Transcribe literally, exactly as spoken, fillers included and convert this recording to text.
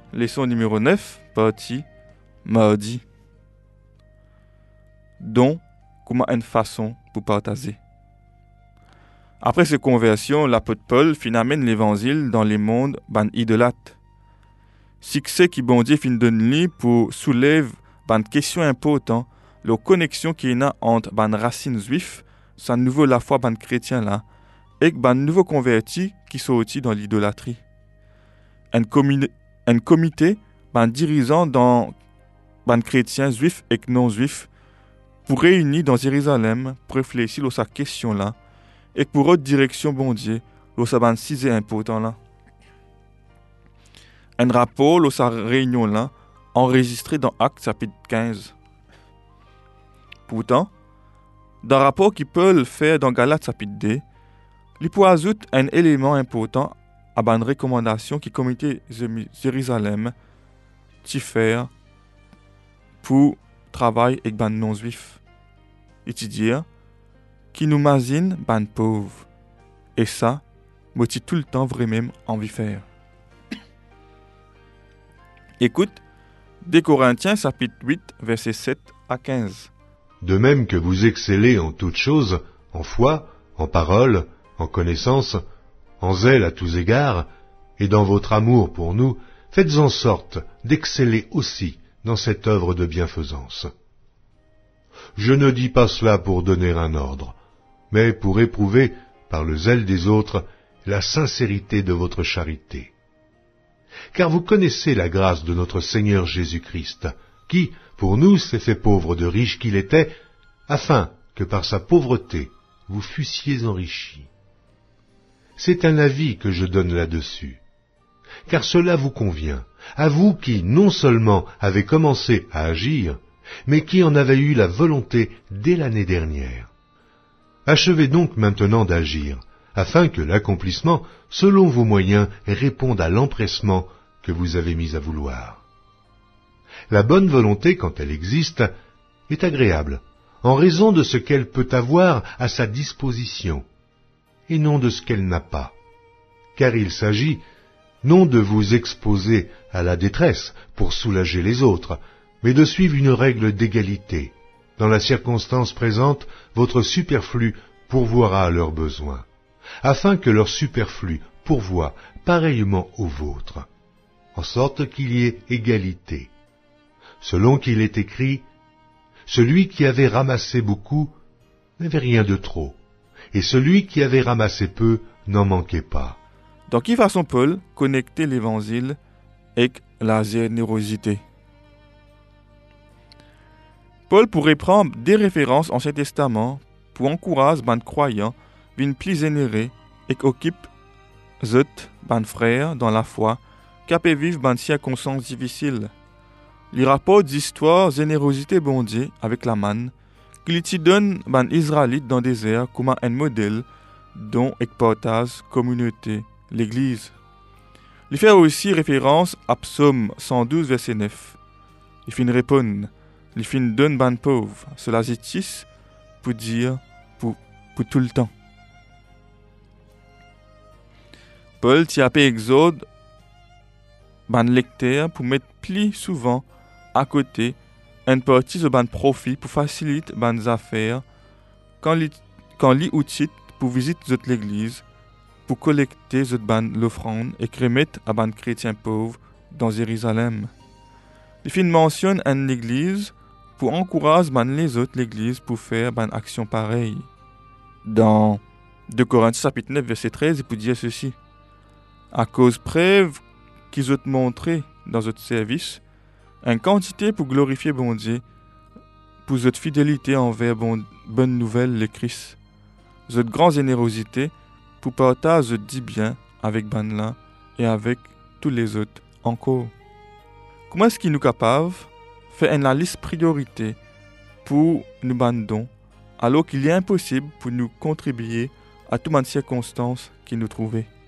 leçon numéro neuf, partie mardi. Don, comment une façon pour partager. Après ces conversions, l'apôtre Paul fin amène l'évangile dans les mondes ban idolâtres. Succès qui bon Dieu fin donne lui pour soulève ban question importante, la connexion qui y a entre ban racines juifs, sans nouveau la foi ban chrétien là, et ban nouveau convertis qui sont aussi dans l'idolâtrie. Un, commun- un comité ban dirigeant dans ban chrétiens juifs et non juifs pour réunir dans Jérusalem pour réfléchir sur cette question là et pour autre direction bon Dieu, sur ban sujet important là. Un rapport sur sa réunion là enregistré dans Actes chapitre quinze. Pourtant, dans le rapport qui peut le faire dans Galates chapitre deux, il peut ajouter un élément important à une recommandation qui comité Jérusalem t'y faire pour travailler avec les non-juifs. C'est-à-dire, qui nous imagine les pauvres. Et ça, moi j'ai tout le temps vraiment envie de faire. Écoute, deux Corinthiens chapitre huit, versets sept à quinze. De même que vous excellez en toutes choses, en foi, en parole, en connaissance, en zèle à tous égards, et dans votre amour pour nous, faites en sorte d'exceller aussi dans cette œuvre de bienfaisance. Je ne dis pas cela pour donner un ordre, mais pour éprouver, par le zèle des autres, la sincérité de votre charité. Car vous connaissez la grâce de notre Seigneur Jésus-Christ, qui, pour nous, s'est fait pauvre de riche qu'il était, afin que par sa pauvreté, vous fussiez enrichis. C'est un avis que je donne là-dessus, car cela vous convient, à vous qui, non seulement avez commencé à agir, mais qui en avez eu la volonté dès l'année dernière. Achevez donc maintenant d'agir, afin que l'accomplissement, selon vos moyens, réponde à l'empressement que vous avez mis à vouloir. La bonne volonté, quand elle existe, est agréable, en raison de ce qu'elle peut avoir à sa disposition, et non de ce qu'elle n'a pas. Car il s'agit non de vous exposer à la détresse pour soulager les autres, mais de suivre une règle d'égalité. Dans la circonstance présente, votre superflu pourvoira à leurs besoins, afin que leur superflu pourvoie pareillement au vôtre, en sorte qu'il y ait égalité. Selon qu'il est écrit, « Celui qui avait ramassé beaucoup n'avait rien de trop, et celui qui avait ramassé peu n'en manquait pas. » Dans quelle façon Paul connecter l'évangile avec la générosité? Paul pourrait prendre des références dans Ancien Testament pour encourager les croyants à être plus généreux et occuper les les frères dans la foi qui peuvent vivre dans des circonstances difficiles. Les rapports d'histoire générosité bon Dieu avec la manne qu'il t'y donne les Israélites dans le désert comme un modèle dont et partage communauté l'Église. Il fait aussi référence à Psaume cent douze verset neuf. Il fait répondre, il fait donne ban pauvre, cela justice pour dire pour, pour tout le temps. Paul t'y appelle exode ban lecteur pour mettre plus souvent à côté une partie de ban profit pour faciliter ban affaires quand li quand li outil pour visiter l'église pour collecter l'offrande et remettre à ban chrétiens pauvres dans Jérusalem. Il fin mentionne une église pour encourager ban les autres l'église pour faire ban action pareille. Dans deux Corinthiens chapitre neuf verset treize, il peut dire ceci: à cause preuve qu'ils ont montré dans votre service une quantité pour glorifier bon Dieu, pour votre fidélité envers bon, bonne nouvelle le Christ, votre grande générosité pour partager dit bien avec Banla et avec tous les autres encore. Comment est-ce qu'il nous capable faire une liste priorité pour nous bandons alors qu'il est impossible pour nous contribuer à toutes les circonstances qui nous trouvaient?